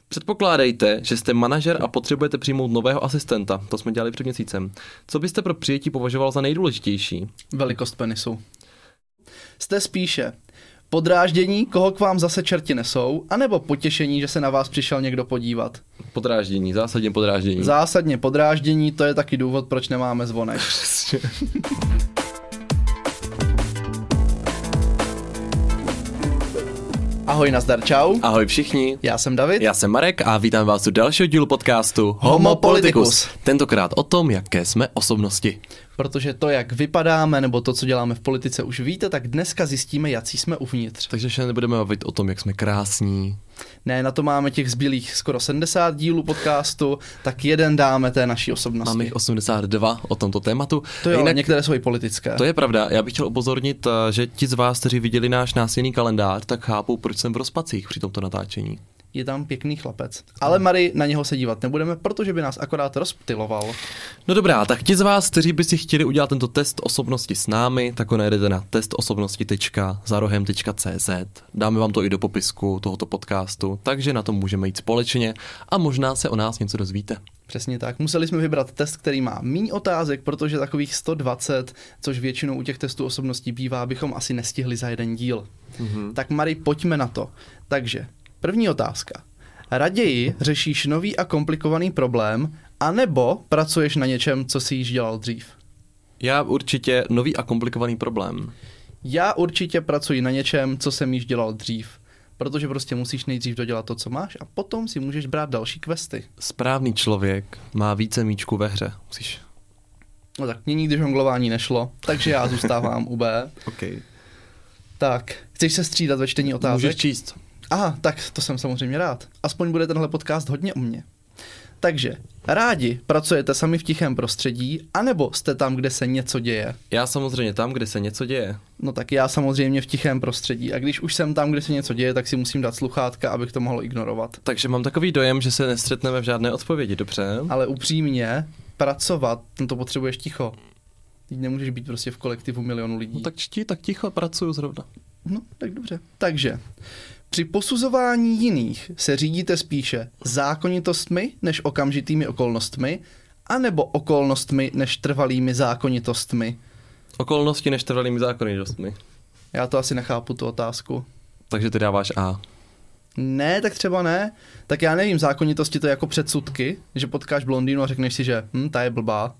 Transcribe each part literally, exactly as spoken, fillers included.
Předpokládejte, že jste manažer a potřebujete přijmout nového asistenta. To jsme dělali před měsícem. Co byste pro přijetí považoval za nejdůležitější? Velikost penisu. Jste spíše podráždění, koho k vám zase čerti nesou, anebo potěšení, že se na vás přišel někdo podívat? Podráždění, zásadně podráždění. Zásadně podráždění, to je taky důvod, proč nemáme zvonek. Ahoj, nazdar, čau. Ahoj všichni. Já jsem David. Já jsem Marek a vítám vás u dalšího dílu podcastu Homo Politicus. Tentokrát o tom, jaké jsme osobnosti. Protože to, jak vypadáme, nebo to, co děláme v politice, už víte, tak dneska zjistíme, jací jsme uvnitř. Takže še nebudeme bavit o tom, jak jsme krásní. Ne, na to máme těch zbylých skoro sedmdesát dílů podcastu, tak jeden dáme té naší osobnosti. Máme jich osmdesát dva o tomto tématu. To jo, Jinak, některé jsou i politické. To je pravda. Já bych chtěl upozornit, že ti z vás, kteří viděli náš násilný kalendář, tak chápou, proč jsem v rozpacích při tomto natáčení. Je tam pěkný chlapec. Ale Mary, na něho se dívat nebudeme, protože by nás akorát rozptyloval. No dobrá, tak ti z vás, kteří by si chtěli udělat tento test osobnosti s námi, tak ho najdete na test osobnosti tečka zarohem tečka cé zet. Dáme vám to i do popisku tohoto podcastu, takže na tom můžeme jít společně a možná se o nás něco dozvíte. Přesně tak. Museli jsme vybrat test, který má míň otázek, protože takových sto dvacet, což většinou u těch testů osobností bývá, bychom asi nestihli za jeden díl. Mm-hmm. Tak Mary, pojďme na to. Takže první otázka. Raději řešíš nový a komplikovaný problém, anebo pracuješ na něčem, co jsi již dělal dřív? Já určitě nový a komplikovaný problém. Já určitě pracuji na něčem, co jsem již dělal dřív. Protože prostě musíš nejdřív dodělat to, co máš, a potom si můžeš brát další questy. Správný člověk má více míčků ve hře. Musíš... No tak mě nikdy žonglování nešlo, takže já zůstávám u B. Okay. Tak, chceš se střídat ve čtení otázek? Můžeš číst. Aha, tak to jsem samozřejmě rád. Aspoň bude tenhle podcast hodně o mně. Takže, rádi pracujete sami v tichém prostředí, anebo jste tam, kde se něco děje? Já samozřejmě tam, kde se něco děje. No tak já samozřejmě v tichém prostředí. A když už jsem tam, kde se něco děje, tak si musím dát sluchátka, abych to mohl ignorovat. Takže mám takový dojem, že se nestřetneme v žádné odpovědi, dobře? Ale upřímně, pracovat, no to potřebuješ ticho. Teď nemůžeš být prostě v kolektivu milionu lidí. No tak čti, tak ticho, pracuju zrovna. No, tak dobře. Takže, při posuzování jiných se řídíte spíše zákonitostmi než okamžitými okolnostmi, anebo okolnostmi než trvalými zákonitostmi? Okolnosti než trvalými zákonitostmi. Já to asi nechápu, tu otázku. Takže ty dáváš A. Ne, tak třeba ne. Tak já nevím, zákonitosti to je jako předsudky, že potkáš blondýnu a řekneš si, že hm, ta je blbá.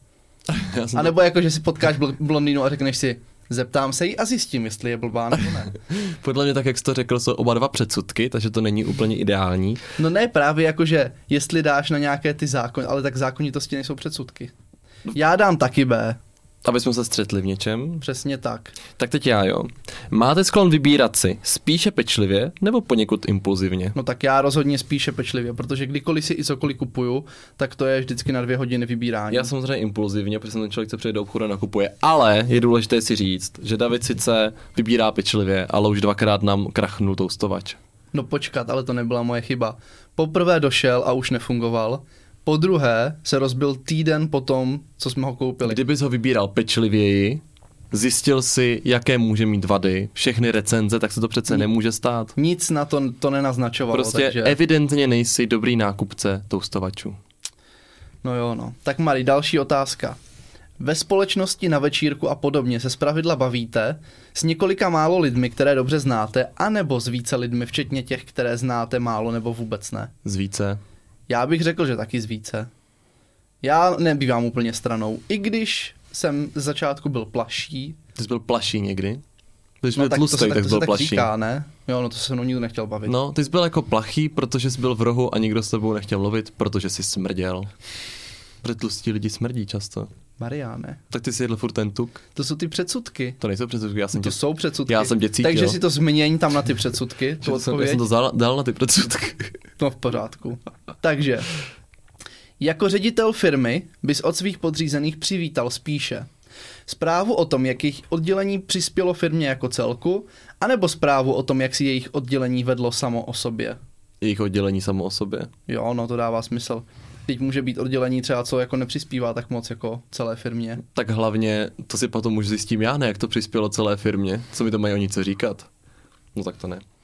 A nebo to... jako, že si potkáš bl- blondýnu a řekneš si, zeptám se jí a zjistím, jestli je blbá nebo ne. Podle mě tak, jak jsi to řekl, jsou oba dva předsudky, takže to není úplně ideální. No ne, právě jakože, jestli dáš na nějaké ty zákony, ale tak zákonitosti nejsou předsudky. Já dám taky B. Aby jsme se střetli v něčem. Přesně tak. Tak teď já, jo. Máte sklon vybírat si spíše pečlivě nebo poněkud impulzivně? No tak já rozhodně spíše pečlivě, protože kdykoliv si i cokoliv kupuju, tak to je vždycky na dvě hodiny vybírání. Já samozřejmě impulzivně, protože jsem ten člověk, co přijde do obchodu a nakupuje, ale je důležité si říct, že David sice vybírá pečlivě, ale už dvakrát nám krachnul toustovač. No počkat, ale to nebyla moje chyba. Poprvé došel a už nefungoval. Po druhé se rozbil týden potom, co jsme ho koupili. Kdybys ho vybíral pečlivěji, zjistil si, jaké může mít vady, všechny recenze, tak se to přece Ni- nemůže stát. Nic na to, to nenaznačovalo. Prostě takže... evidentně nejsi dobrý nákupce toustovačů. No jo, no. Tak Mari, další otázka. Ve společnosti, na večírku a podobně se zpravidla bavíte s několika málo lidmi, které dobře znáte, anebo s více lidmi, včetně těch, které znáte málo nebo vůbec ne? Z více. Já bych řekl, že taky z více. Já nebývám úplně stranou, i když jsem z začátku byl plaší. Ty jsi byl plaší někdy? Když No byl tak tlustý, to se, tak, tak, tak to byl se tak plaší. říká, ne? Jo, no to se se mnou nikdo nechtěl bavit. No, ty jsi byl jako plachý, protože jsi byl v rohu a nikdo s tebou nechtěl mluvit, protože jsi smrděl. Protože tlustí lidi smrdí často. Mariáne. Tak ty jsi jedl furt ten tuk? To jsou ty předsudky. To nejsou předsudky, já jsem To tě... jsou předsudky. Já jsem tě cítil. Takže si to změň tam na ty předsudky, tu Já jsem, já odpověď. jsem to dal, dal na ty předsudky. No v pořádku. Takže, jako ředitel firmy bys od svých podřízených přivítal spíše zprávu o tom, jak jejich oddělení přispělo firmě jako celku, anebo zprávu o tom, jak si jejich oddělení vedlo samo o sobě. Jejich oddělení samo o sobě. Jo, no to dává smysl. Teď může být oddělení třeba, co jako nepřispívá tak moc jako celé firmě. Tak hlavně, to si potom už zjistím já, ne, jak to přispělo celé firmě. Co mi to mají oni co říkat? No tak to ne.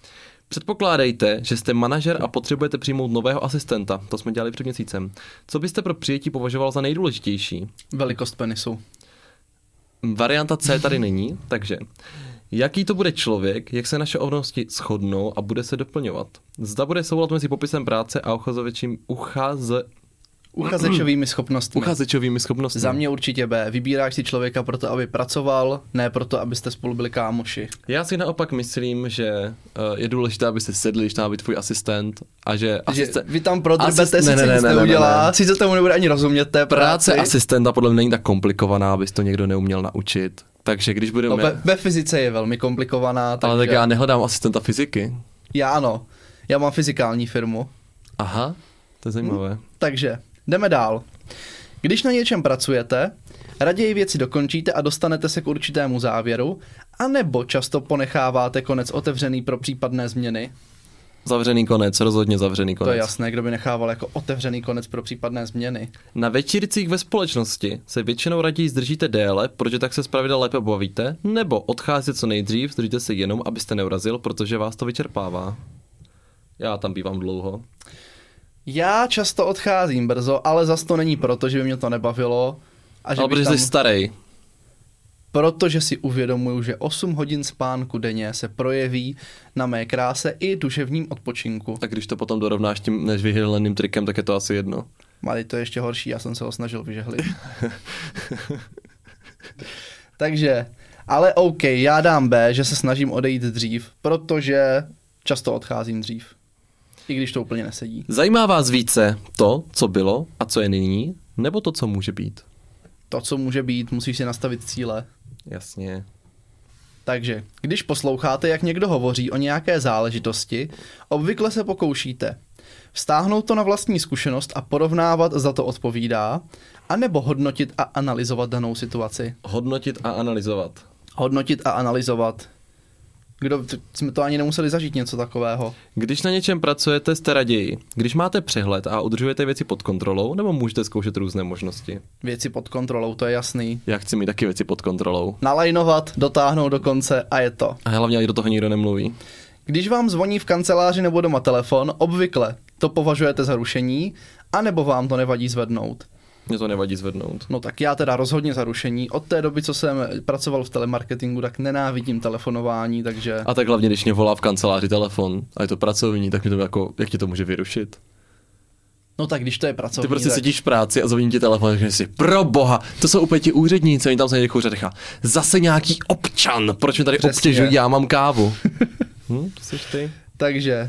Předpokládejte, že jste manažer a potřebujete přijmout nového asistenta. To jsme dělali před měsícem. Co byste pro přijetí považoval za nejdůležitější? Velikost penisu. Varianta C tady není, takže jaký to bude člověk, jak se naše osobnosti shodnou a bude se doplňovat? Zda bude soulad mezi popisem práce a uchazečím uchaze... Uchazečovými schopnostmi. Uchazečovými schopnostmi. Za mě určitě B. Vybíráš si člověka proto, aby pracoval, ne proto, abyste spolu byli kámoši. Já si naopak myslím, že uh, je důležité, abyste sedli, když tam být tvůj asistent a že... Že asisten... vy tam prodrbete, Asist... sice ne, ne, nic ne, ne, neudělá, ne, ne. sice tomu nebude ani rozumět té práci. Práce asistenta podle mě není tak komplikovaná, abys to někdo neuměl naučit. Takže když budeme... No, ve, ve fyzice je velmi komplikovaná. Takže... Ale tak já nehledám asistenta fyziky. Já ano. Já mám fyzikální firmu. Aha, to je zajímavé. Hm, takže, jdeme dál. Když na něčem pracujete, raději věci dokončíte a dostanete se k určitému závěru, anebo často ponecháváte konec otevřený pro případné změny. Zavřený konec, rozhodně zavřený konec. To je jasné, kdo by nechával jako otevřený konec pro případné změny. Na večírcích ve společnosti se většinou raději zdržíte déle, protože tak se zpravidla lépe bavíte, nebo odcházíte co nejdřív, zdržíte se jenom, abyste neurazil, protože vás to vyčerpává. Já tam bývám dlouho. Já často odcházím brzo, ale zas to není proto, že by mě to nebavilo. A že Ale bych protože tam... jsi starej. Protože si uvědomuju, že osm hodin spánku denně se projeví na mé kráse i duševním odpočinku. Tak když to potom dorovnáš tím nevyhyleným trikem, tak je to asi jedno. Mali, to je ještě horší, já jsem se ho snažil vyžehlit. Takže, ale OK, já dám B, že se snažím odejít dřív, protože často odcházím dřív. I když to úplně nesedí. Zajímá vás více to, co bylo a co je nyní, nebo to, co může být? To, co může být, musíš si nastavit cíle. Jasně. Takže, když posloucháte, jak někdo hovoří o nějaké záležitosti, obvykle se pokoušíte vztáhnout to na vlastní zkušenost a porovnávat, zda to odpovídá, anebo hodnotit a analyzovat danou situaci. Hodnotit a analyzovat. Hodnotit a analyzovat. Kdo, jsme to ani nemuseli zažít něco takového. Když na něčem pracujete, jste raději. Když máte přehled a udržujete věci pod kontrolou, nebo můžete zkoušet různé možnosti? Věci pod kontrolou, to je jasný. Já chci mít taky věci pod kontrolou. Nalajnovat, dotáhnout do konce a je to. A hlavně, ať do toho nikdo nemluví. Když vám zvoní v kanceláři nebo doma telefon, obvykle to považujete za rušení, anebo vám to nevadí zvednout. Mně to nevadí zvednout. No tak já teda rozhodně za rušení. Od té doby, co jsem pracoval v telemarketingu, tak nenávidím telefonování, takže... A tak hlavně, když mě volá v kanceláři telefon a je to pracovní, tak mě to jako, jak ti to může vyrušit? No tak když to je pracovní, Ty prostě tak... sedíš v práci a zvoní ti telefon a řekneš si, pro boha, to jsou úplně ti úředníci, oni tam se někde kouří a říká, zase nějaký občan, proč mi tady Přesně. obtěžují, já mám kávu. hm, to jsi ty. Takže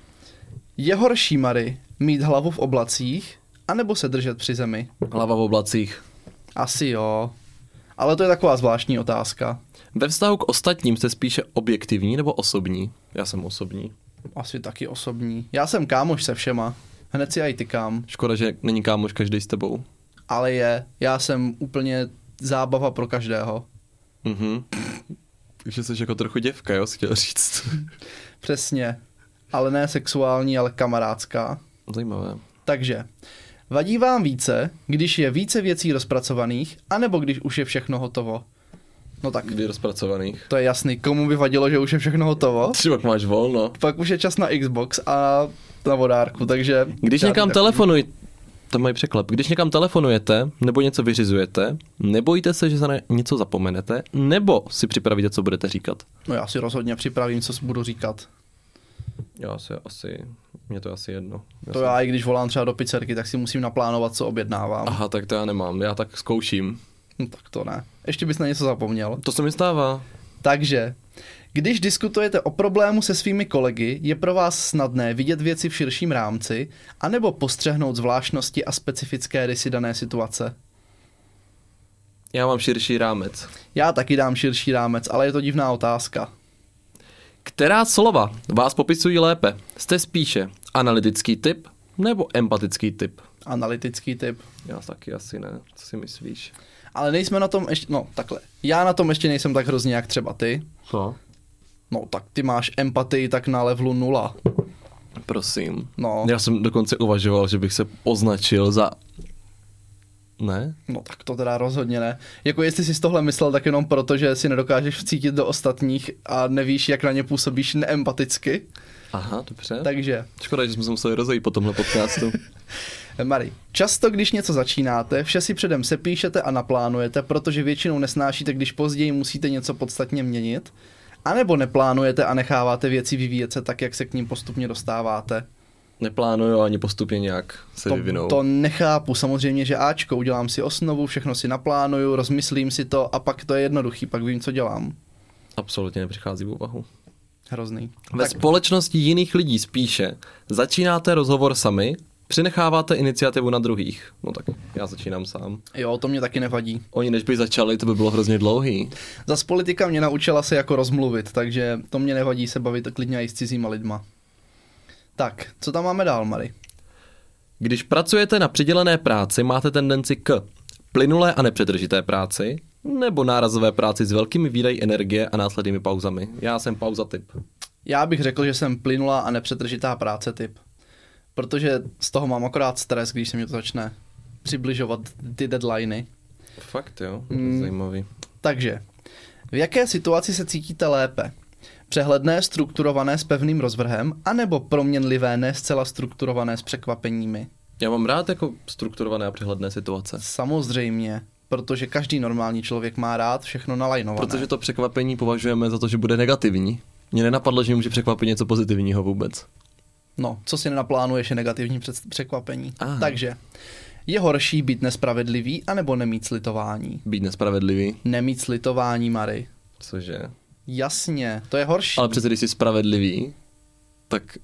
je horší, Mary, mít hlavu v oblacích, anebo se držet při zemi? Hlava v oblacích. Asi jo. Ale to je taková zvláštní otázka. Ve vztahu k ostatním jste spíše objektivní nebo osobní? Já jsem osobní. Asi taky osobní. Já jsem kámoš se všema. Hned si aj tykám. Škoda, že není kámoš každý s tebou. Ale je. Já jsem úplně zábava pro každého. Mhm. Takže jsi jako trochu děvka, jo, jsi chtěl říct. Přesně. Ale ne sexuální, ale kamarádská. Zajímavé. Takže, vadí vám více, když je více věcí rozpracovaných, anebo když už je všechno hotovo? No tak, Kdy rozpracovaných. to je jasný. Komu by vadilo, že už je všechno hotovo? Třeba máš volno. Pak už je čas na Xbox a na vodárku, takže... Když žádný někam takový- telefonuj, to mají překlep. Když někam telefonujete, nebo něco vyřizujete, nebojíte se, že za ne- něco zapomenete, nebo si připravíte, co budete říkat. No já si rozhodně připravím, co budu říkat. Já si asi, mě to asi jedno. Já To jsem- já, i když volám třeba do pizzerky, tak si musím naplánovat, co objednávám. Aha, tak to já nemám, já tak zkouším. No, tak to ne. Ještě bys na něco zapomněl. To se mi stává. Takže, když diskutujete o problému se svými kolegy, je pro vás snadné vidět věci v širším rámci, anebo postřehnout zvláštnosti a specifické rysy dané situace. Já mám širší rámec. Já taky dám širší rámec, ale je to divná otázka. Která slova vás popisují lépe? Jste spíše analytický typ nebo empatický typ? Analytický typ. Já taky asi ne. Co si myslíš? Ale nejsme na tom ještě, no takhle. Já na tom ještě nejsem tak hrozně jak třeba ty. Co? No tak ty máš empatii tak na levelu nula. Prosím. No. Já jsem dokonce uvažoval, že bych se označil za Ne? No tak to teda rozhodně ne. Jako jestli jsi z tohle myslel, tak jenom proto, že si nedokážeš vcítit do ostatních a nevíš, jak na ně působíš neempaticky. Aha, dobře. Takže. Škoda, že jsme se museli rozejít po tomhle podcastu. Mari, často, když něco začínáte, vše si předem sepíšete a naplánujete, protože většinou nesnášíte, když později musíte něco podstatně měnit, anebo neplánujete a necháváte věci vyvíjet se tak, jak se k ním postupně dostáváte. Neplánuju ani postupně nějak se To, vyvinou. to nechápu, samozřejmě, že Ačko, udělám si osnovu, všechno si naplánuju, rozmyslím si to a pak to je jednoduchý, pak vím, co dělám. Absolutně nepřichází v úvahu. Hrozný. Ve Tak, společnosti jiných lidí spíše začínáte rozhovor sami, přenecháváte iniciativu na druhých. No tak já začínám sám. jo, to mě taky nevadí. Oni než by začali, to by bylo hrozně dlouhý. Zas politika mě naučila se jako rozmluvit, takže to mě nevadí se bavit klidně i s cizíma lidma. Tak, co tam máme dál, Mari? Když pracujete na přidělené práci, máte tendenci k plynulé a nepřetržité práci, nebo nárazové práci s velkými výdaji energie a následnými pauzami. Já jsem pauza typ. Já bych řekl, že jsem plynulá a nepřetržitá práce typ. Protože z toho mám akorát stres, když se mi to začne přibližovat ty deadliny. Fakt jo, Mm. zajímavý. Takže, v jaké situaci se cítíte lépe? Přehledné, strukturované s pevným rozvrhem, anebo proměnlivé, ne zcela strukturované s překvapeními? Já mám rád jako strukturované a přehledné situace. Samozřejmě, protože každý normální člověk má rád všechno nalajnované. Protože to překvapení považujeme za to, že bude negativní. Mně nenapadlo, že může překvapit něco pozitivního vůbec. No, co si nenaplánuješ, je negativní před- překvapení. Aha. Takže, je horší být nespravedlivý, anebo nemít slitování? Být nespravedlivý. Nemít slitování, Mary. Cože? Jasně, to je horší. Ale přece, když jsi spravedlivý, tak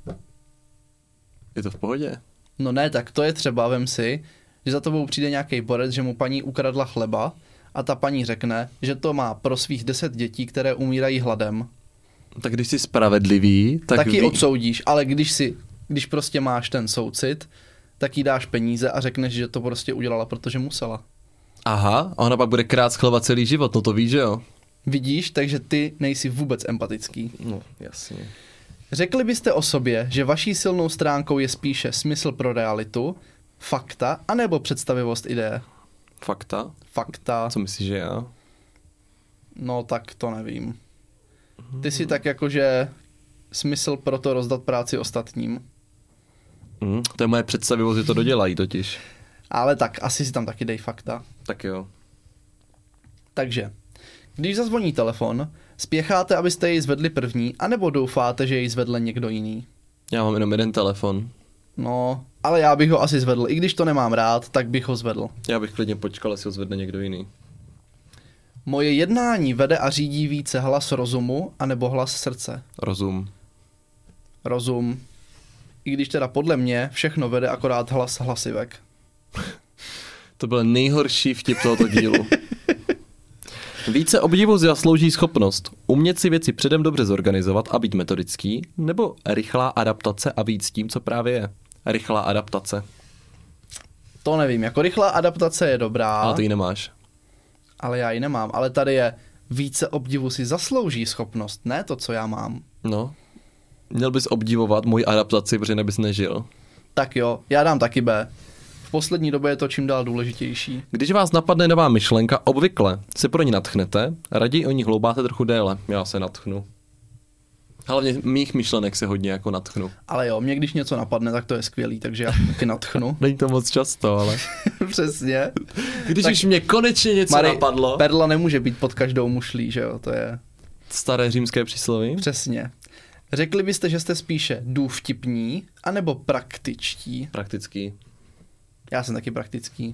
je to v pohodě. No ne, tak to je třeba, vem si, že za tebou přijde nějaký borec, že mu paní ukradla chleba a ta paní řekne, že to má pro svých deset dětí, které umírají hladem. Tak když jsi spravedlivý, tak, Tak ji ví... odsoudíš, ale když si, když prostě máš ten soucit, tak jí dáš peníze a řekneš, že to prostě udělala, protože musela. Aha, a ona pak bude krát chleba celý život, no to víš, že jo? Vidíš, takže ty nejsi vůbec empatický. No, jasně. Řekli byste o sobě, že vaší silnou stránkou je spíše smysl pro realitu, fakta, anebo představivost ideje? Fakta? Fakta. Co myslíš, že já? No tak to nevím. Ty si tak jakože smysl pro to rozdat práci ostatním. Hm, to je moje představivost, že to dodělají totiž. Ale tak, asi si tam taky dej fakta. Tak jo. Takže, když zazvoní telefon, spěcháte, abyste jej zvedli první, anebo doufáte, že jej zvedle někdo jiný? Já mám jenom jeden telefon. No, ale já bych ho asi zvedl. I když to nemám rád, tak bych ho zvedl. Já bych klidně počkal, jestli ho zvedne někdo jiný. Moje jednání vede a řídí více hlas rozumu, anebo hlas srdce? Rozum. Rozum. I když teda podle mě všechno vede akorát hlas hlasivek. To byl nejhorší vtip tohoto dílu. Více obdivu zaslouží schopnost umět si věci předem dobře zorganizovat a být metodický, nebo rychlá adaptace a víc tím, co právě je. Rychlá adaptace. To nevím, jako rychlá adaptace je dobrá, Ale ty ji nemáš. ale já ji nemám. Ale tady je více obdivu si zaslouží schopnost, ne to, co já mám. No. Měl bys obdivovat moji adaptaci, protože nebys nežil. Tak jo, já dám taky B. V poslední době je to čím dál důležitější. Když vás napadne nová myšlenka, obvykle se pro ní nadchnete, raději o ní hloubáte trochu déle. Já se nadchnu. Hlavně mých myšlenek se hodně jako nadchnu. Ale jo, mě když něco napadne, tak to je skvělý, takže já taky nadchnu. Není to moc často, ale... Přesně. Když Tak- už mě konečně něco Mary, napadlo... perla nemůže být pod každou mušlí, že jo, to je Staré římské přísloví. přesně. Řekli byste, že jste spíše důvtipní, anebo praktičtí? Praktický. Já jsem taky praktický.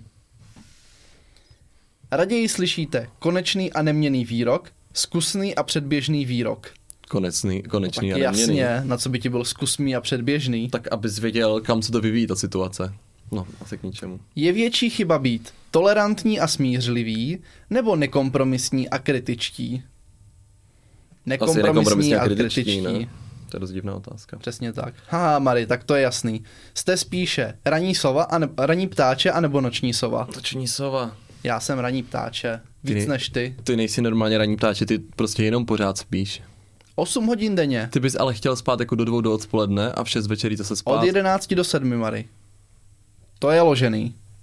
Raději slyšíte konečný a neměnný výrok, zkusný a předběžný výrok. Konečný, konečný No, a tak neměný. jasně, na co by ti byl zkusný a předběžný. Tak abys věděl, kam se to vyvíjí, ta situace. No, asi k ničemu. Je větší chyba být tolerantní a smířlivý, nebo nekompromisní a kritičtí? Asi nekompromisní a kritičtí. kritičtí, ne? To je dost divná otázka. Přesně tak. Haha, Mary, tak to je jasný. Jste spíše raní sova, a ne, raní ptáče, anebo noční sova? Toční sova. Já jsem raní ptáče. Víc Ty- než ty. Ty nejsi normálně ranní ptáče, ty prostě jenom pořád spíš. osm hodin denně. Ty bys ale chtěl spát jako do dvou do odpoledne a v šest večer jít zase spát. Od jedenácti do sedmi, Mary. To je ložený.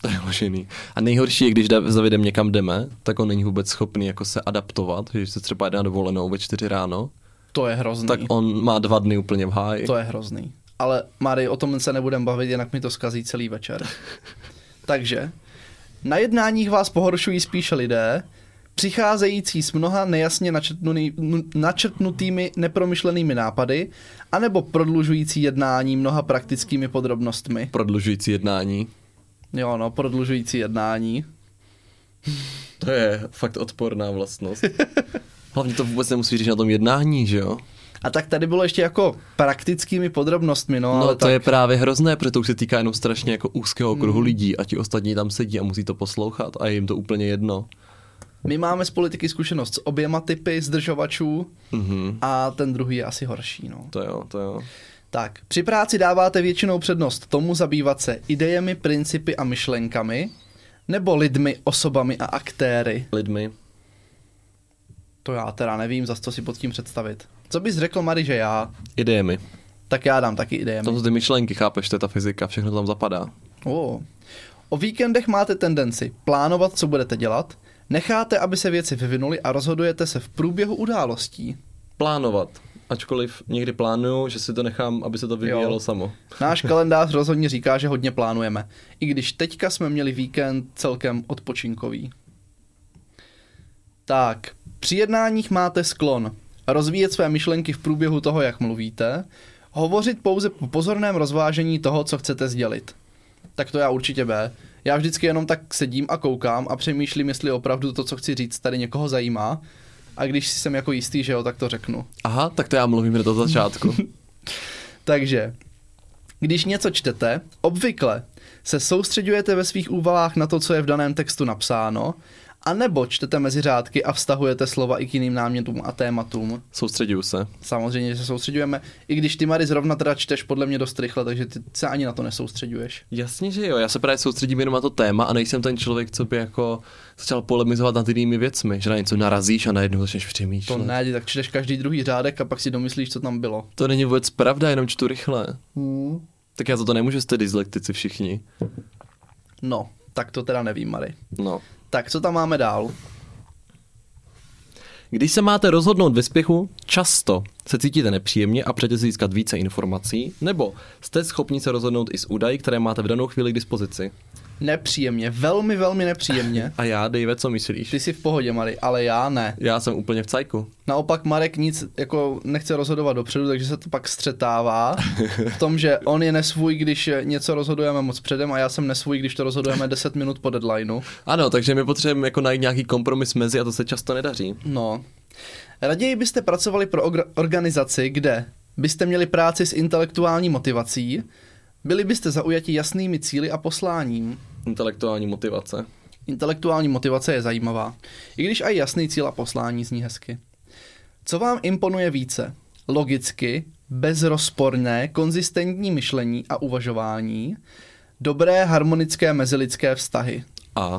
To je ložený. A nejhorší je, když zavědem někam jdeme, tak on není vůbec schopný jako se adaptovat, když se třeba jde na dovolenou ve čtyři ráno. To je hrozný. Tak on má dva dny úplně v háji. To je hrozný. Ale Mary, o tom se nebudem bavit, jinak mi to zkazí celý večer. Takže, na jednáních vás pohoršují spíše lidé, přicházející s mnoha nejasně načrtnutými nepromyšlenými nápady, anebo prodlužující jednání mnoha praktickými podrobnostmi. Prodlužující jednání. Jo, no, prodlužující jednání. To je fakt odporná vlastnost. Hlavně to vůbec nemusí říct na tom jednání, že jo? A tak tady bylo ještě jako praktickými podrobnostmi, no. No ale to tak... je právě hrozné, protože to už se týká jenom strašně jako úzkého okruhu mm. lidí a ti ostatní tam sedí a musí to poslouchat a je jim to úplně jedno. My máme z politiky zkušenost s oběma typy zdržovačů mm-hmm. a ten druhý je asi horší, no. To jo, to jo. Tak, při práci dáváte většinou přednost tomu zabývat se idejemi, principy a myšlenkami, nebo lidmi, osobami a aktéry? Lidmi. To já teda nevím, zas co si pod tím představit. Co bys řekl, Mary, že já? Idejemi. Tak já dám taky idejemi. To jsou ty myšlenky, chápeš, to je ta fyzika, všechno tam zapadá. Oh. O víkendech máte tendenci plánovat, co budete dělat, necháte, aby se věci vyvinuly a rozhodujete se v průběhu událostí. Plánovat. Ačkoliv někdy plánuju, že si to nechám, aby se to vyvíjelo jo. samo. Náš kalendář rozhodně říká, že hodně plánujeme. I když teďka jsme měli víkend celkem odpočinkový. Tak, při jednáních máte sklon rozvíjet své myšlenky v průběhu toho, jak mluvíte, hovořit pouze po pozorném rozvážení toho, co chcete sdělit. Tak to já určitě B. Já vždycky jenom tak sedím a koukám a přemýšlím, jestli opravdu to, co chci říct, tady někoho zajímá. A když jsem jako jistý, že jo, tak to řeknu. Aha, tak to já mluvím do začátku. Takže, když něco čtete, obvykle se soustředujete ve svých úvahách na to, co je v daném textu napsáno, a nebo čtete mezi řádky a vztahujete slova i k jiným námětům a tématům. Soustředuju se. Samozřejmě, že se soustředujeme, i když ty, Mary, zrovna teda čteš podle mě dost rychle, takže ty se ani na to nesoustředuješ. Jasně, že jo, já se právě soustředím jenom na to téma a nejsem ten člověk, co by jako začal polemizovat nad jinými věcmi, že na něco narazíš a najednou začneš přemýšlet. To ne, tak čteš každý druhý řádek a pak si domyslíš, co tam bylo. To není vůbec pravda, jenom čtu rychle. Hmm. Tak já za to nemůžu, jste dyslektici všichni. No, tak to teda nevím, Mary. No. Tak, co tam máme dál? Když se máte rozhodnout ve spěchu, často se cítíte nepříjemně a přejete si získat více informací, nebo jste schopni se rozhodnout i s údaji, které máte v danou chvíli k dispozici. Nepříjemně, velmi, velmi nepříjemně. A já, Dave, co myslíš? Ty jsi v pohodě, Mary, ale já ne. Já jsem úplně v cajku. Naopak Marek nic jako nechce rozhodovat dopředu, takže se to pak střetává v tom, že on je nesvůj, když něco rozhodujeme moc předem a já jsem nesvůj, když to rozhodujeme deset minut po deadlineu. Ano, takže my potřebujeme jako najít nějaký kompromis mezi a to se často nedaří. No. Raději byste pracovali pro organizaci, kde byste měli práci s intelektuální motivací, byli byste zaujati jasnými cíli a posláním. Intelektuální motivace. Intelektuální motivace je zajímavá, i když i jasný cíl a poslání zní hezky. Co vám imponuje více? Logicky, bezrozporné, konzistentní myšlení a uvažování, dobré harmonické mezilidské vztahy. A?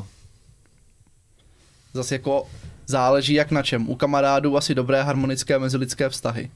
Zase jako záleží jak na čem. U kamarádů asi dobré harmonické mezilidské vztahy.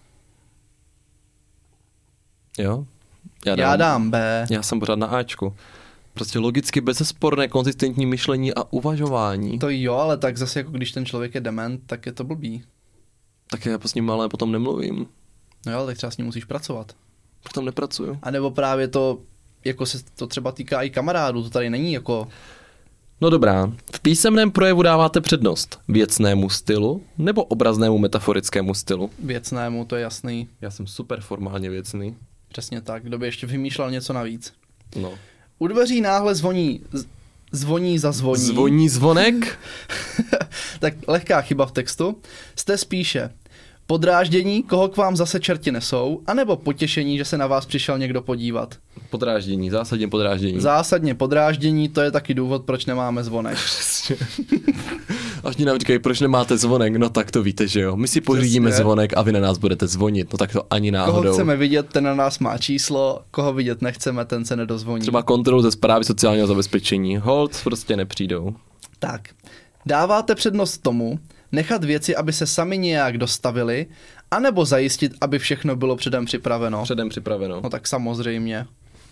Jo? Já dám, Já dám B. Já jsem pořád na Ačku. Prostě logicky bezesporné, konzistentní myšlení a uvažování. To jo, ale tak zase jako když ten člověk je dement, tak je to blbý. Tak já s ním ale potom nemluvím. No jo, tak třeba s ním musíš pracovat. Potom nepracuju. A nebo právě to, jako se to třeba týká i kamarádů, to tady není jako... No dobrá, v písemném projevu dáváte přednost věcnému stylu nebo obraznému metaforickému stylu? Věcnému, to je jasný. Já jsem super formálně věcný. Přesně tak, kdo by ještě vymýšlel něco navíc. No. U dveří náhle zvoní, z, zvoní zazvoní. Zvoní zvonek? Tak lehká chyba v textu. Jste spíše podráždění, koho k vám zase čerti nesou, anebo potěšení, že se na vás přišel někdo podívat. Podráždění, zásadně podráždění. Zásadně podráždění, to je taky důvod, proč nemáme zvonek. Až ti nám říkají, proč nemáte zvonek, no tak to víte, že jo. My si pořídíme Přesně. Zvonek a vy na nás budete zvonit, no tak to ani náhodou. Koho chceme vidět, ten na nás má číslo, koho vidět nechceme, ten se nedozvoní. Třeba kontrolu ze správy sociálního zabezpečení. Hold prostě nepřijdou. Tak, dáváte přednost tomu, nechat věci, aby se sami nějak dostavili, anebo zajistit, aby všechno bylo předem připraveno? Předem připraveno. No tak samozřejmě.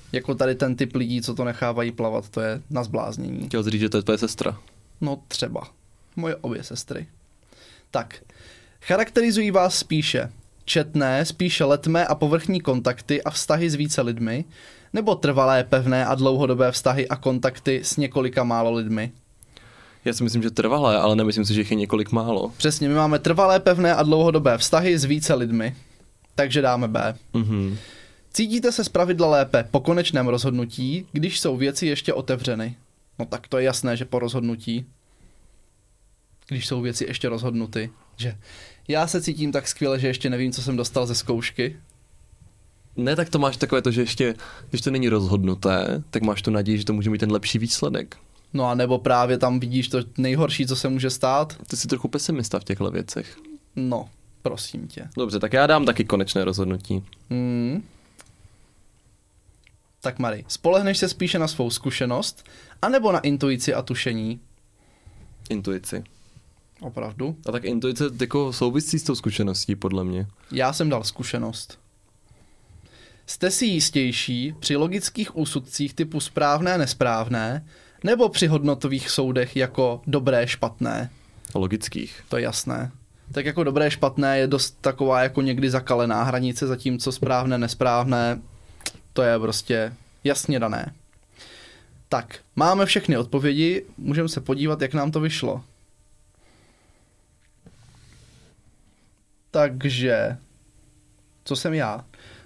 Jako tady ten typ lidí, co to nechávají plavat, to je na zbláznění. Chtěl jsi říct, že to je tvoje sestra. No třeba. Moje obě sestry. Tak. Charakterizují vás spíše četné, spíše letmé a povrchní kontakty a vztahy s více lidmi, nebo trvalé, pevné a dlouhodobé vztahy a kontakty s několika málo lidmi? Já si myslím, že trvalé, ale nemyslím si, že jich je několik málo. Přesně, my máme trvalé, pevné a dlouhodobé vztahy s více lidmi. Takže dáme B. Mhm. Cítíte se zpravidla lépe po konečném rozhodnutí, když jsou věci ještě otevřeny. No tak to je jasné, že po rozhodnutí. Když jsou věci ještě rozhodnuty. Že já se cítím tak skvěle, že ještě nevím, co jsem dostal ze zkoušky. Ne, tak to máš takové to, že ještě, když to není rozhodnuté, tak máš tu naději, že to může mít ten lepší výsledek. No a nebo právě tam vidíš to nejhorší, co se může stát. Ty jsi trochu pesimista v těchto věcech. No, prosím tě. Dobře, tak já dám taky konečné rozhodnutí. Hmm. Tak Mary, spolehneš se spíše na svou zkušenost, anebo na intuici a tušení? Intuici. Opravdu? A tak intuice jako souvisí s tou zkušeností, podle mě. Já jsem dal zkušenost. Jste si jistější při logických úsudcích typu správné, nesprávné, nebo při hodnotových soudech jako dobré, špatné? Logických. To je jasné. Tak jako dobré, špatné je dost taková jako někdy zakalená hranice, zatímco správné, nesprávné, to je prostě jasně dané. Tak, máme všechny odpovědi, můžeme se podívat, jak nám to vyšlo. Takže, co jsem já?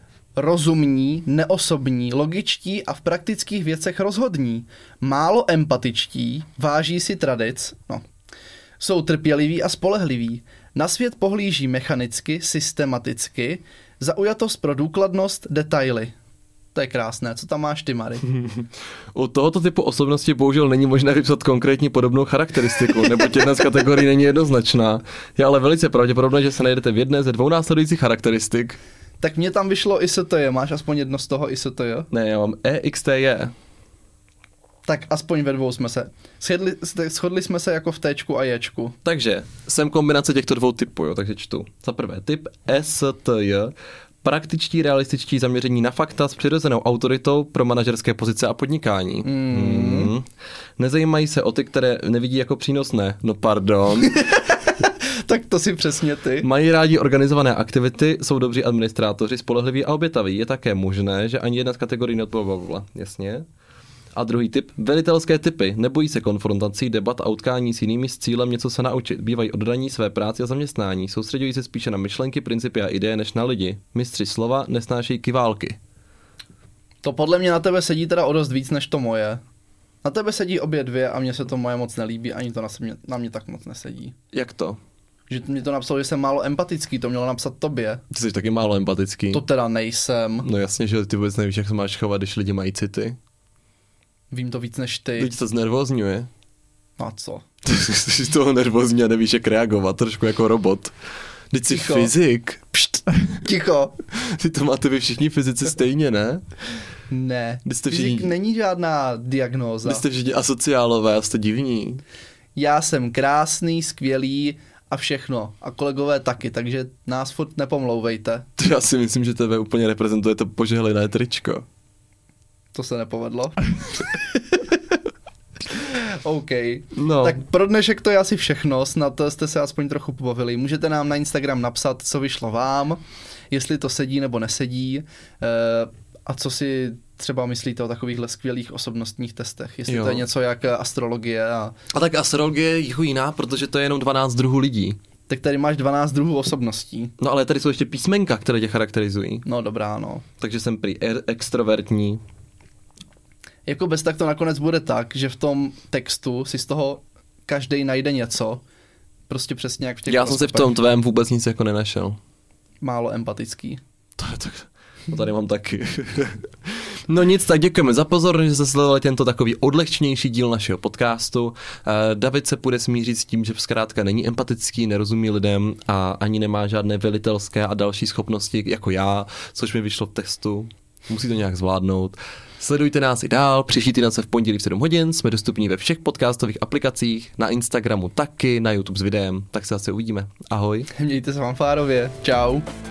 Rozumní, neosobní, logičtí a v praktických věcech rozhodní. Málo empatičtí, váží si tradic, no. Jsou trpěliví a spolehliví. Na svět pohlíží mechanicky, systematicky, zaujatost pro důkladnost, detaily. To je krásné. Co tam máš ty, Mary? U tohoto typu osobnosti bohužel není možné vypsat konkrétní podobnou charakteristiku, neboť jedna z kategorií není jednoznačná. Je ale velice pravděpodobné, že se najdete v jedné ze dvou následujících charakteristik. Tak mě tam vyšlo I S T J. Máš aspoň jedno z toho I S T J? Ne, já mám E X T J. Tak aspoň ve dvou jsme se. Shodli, shodli jsme se jako v Tčku a Jčku. Takže jsem kombinace těchto dvou typů, jo, takže čtu. Za prvé typ S T J, praktičtí, realističtí zaměření na fakta s přirozenou autoritou pro manažerské pozice a podnikání. Mm. Mm. Nezajímají se o ty, které nevidí jako přínosné. No pardon. Tak to si přesně ty. Mají rádi organizované aktivity, jsou dobří administrátoři, spolehliví a obětaví. Je také možné, že ani jedna z kategorií neodpověděla. Jasně. A druhý typ, velitelské typy. Nebojí se konfrontací, debat a utkání s jinými s cílem něco se naučit. Bývají oddaní své práci a zaměstnání. Soustředují se spíše na myšlenky, principy a ideje než na lidi. Mistři slova nesnášejí kiválky. To podle mě na tebe sedí teda o dost víc než to moje. Na tebe sedí obě dvě a mně se to moje moc nelíbí, ani to na mě, na mě tak moc nesedí. Jak to? Že mi to napsal, že jsem málo empatický, to mělo napsat tobě. Ty jsi taky málo empatický. To teda nejsem. No jasně, že ty vůbec nevíš, jak se máš chovat, když lidi mají city. Vím to víc než ty. Teď to znervozňuje. No a co? Ty jsi z toho nervózní a nevíš, jak reagovat, trošku jako robot. Teď jsi Ticho. fyzik. Pšt. Ticho. Ty to máte vy všichni fyzici stejně, ne? Ne. Vy jste Fyzik všichni, není žádná diagnóza. vy jste všichni asociálové a jste divní. Já jsem krásný, skvělý a všechno. A kolegové taky, takže nás furt nepomlouvejte. Já si myslím, že tebe úplně reprezentuje to požehlené tričko. To se nepovedlo. OK. No. Tak pro dnešek to je asi všechno, snad jste se aspoň trochu pobavili. Můžete nám na Instagram napsat, co vyšlo vám, jestli to sedí nebo nesedí a co si třeba myslíte o takovýchhle skvělých osobnostních testech. Jestli Jo. to je něco jak astrologie. A... A tak astrologie je jako jiná, protože to je jenom dvanáct druhů lidí. Tak tady máš dvanáct druhů osobností. No ale tady jsou ještě písmenka, které tě charakterizují. No dobrá, no. Takže jsem prý er- extrovertní. Jako bez tak to nakonec bude tak, že v tom textu si z toho každej najde něco. Prostě přesně jak v těch Já jsem si v tom tvém vůbec nic jako nenašel. málo empatický. To je tak... To tady mám taky. No nic, tak děkujeme za pozornost, že jste sledovali tento takový odlehčenější díl našeho podcastu. David se půjde smířit s tím, že zkrátka není empatický, nerozumí lidem a ani nemá žádné velitelské a další schopnosti jako já, což mi vyšlo v testu. Musí to nějak zvládnout. Sledujte nás i dál, příští týden se v pondělí v sedm hodin, jsme dostupní ve všech podcastových aplikacích, na Instagramu taky, na YouTube s videem, tak se zase uvidíme. Ahoj. Mějte se fanfárově. Čau.